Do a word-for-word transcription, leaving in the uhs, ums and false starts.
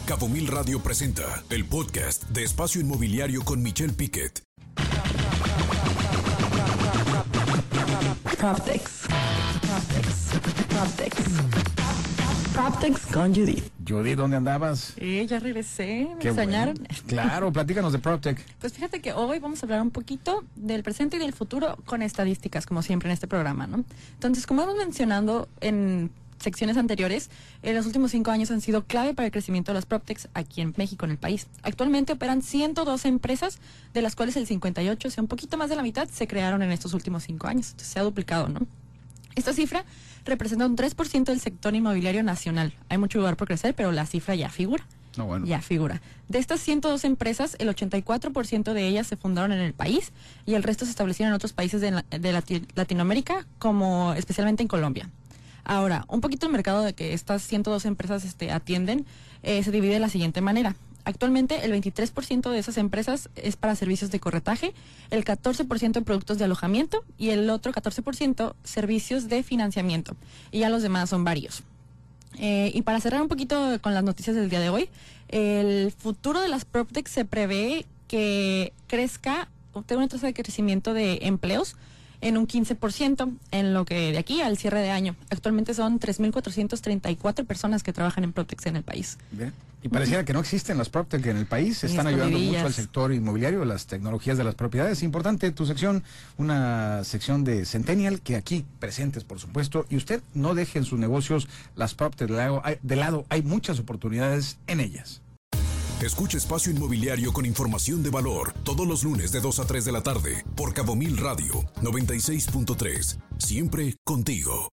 Cabo Mil Radio presenta el podcast de Espacio Inmobiliario con Michelle Piquet. PropTex. PropTex. PropTex. PropTex con Judith. Judith, ¿dónde andabas? Sí, ya regresé. ¿Me Qué extrañaron? bueno. Claro, platícanos de PropTech. Pues fíjate que hoy vamos a hablar un poquito del presente y del futuro con estadísticas, como siempre en este programa, ¿no? Entonces, como hemos mencionado en secciones anteriores, en los últimos cinco años han sido clave para el crecimiento de las PropTechs aquí en México, en el país. Actualmente operan ciento doce empresas, de las cuales el cincuenta y ocho, o sea, un poquito más de la mitad, se crearon en estos últimos cinco años. Entonces, se ha duplicado, ¿no? Esta cifra representa un tres por ciento del sector inmobiliario nacional. Hay mucho lugar por crecer, pero la cifra ya figura. No, bueno. Ya figura. De estas ciento dos empresas, el ochenta y cuatro por ciento de ellas se fundaron en el país y el resto se establecieron en otros países de, la, de Lati- Latinoamérica, como especialmente en Colombia. Ahora, un poquito el mercado de que estas ciento dos empresas este, atienden eh, se divide de la siguiente manera. Actualmente, el veintitrés por ciento de esas empresas es para servicios de corretaje, el catorce por ciento en productos de alojamiento y el otro catorce por ciento servicios de financiamiento. Y ya los demás son varios. Eh, y para cerrar un poquito con las noticias del día de hoy, el futuro de las PropTech se prevé que crezca, tenga una tasa de crecimiento de empleos en un quince por ciento en lo que de aquí al cierre de año. Actualmente son tres mil cuatrocientas treinta y cuatro personas que trabajan en PropTech en el país. Bien. Y pareciera uh-huh. que no existen las PropTech en el país. Están ayudando mucho al sector inmobiliario, las tecnologías de las propiedades. Importante tu sección, una sección de Centennial, que aquí presentes, por supuesto. Y usted no deje en sus negocios las PropTech de lado. Hay, de lado. Hay muchas oportunidades en ellas. Escucha Espacio Inmobiliario con información de valor todos los lunes de dos a tres de la tarde por Cabo Mil Radio noventa y seis punto tres. Siempre contigo.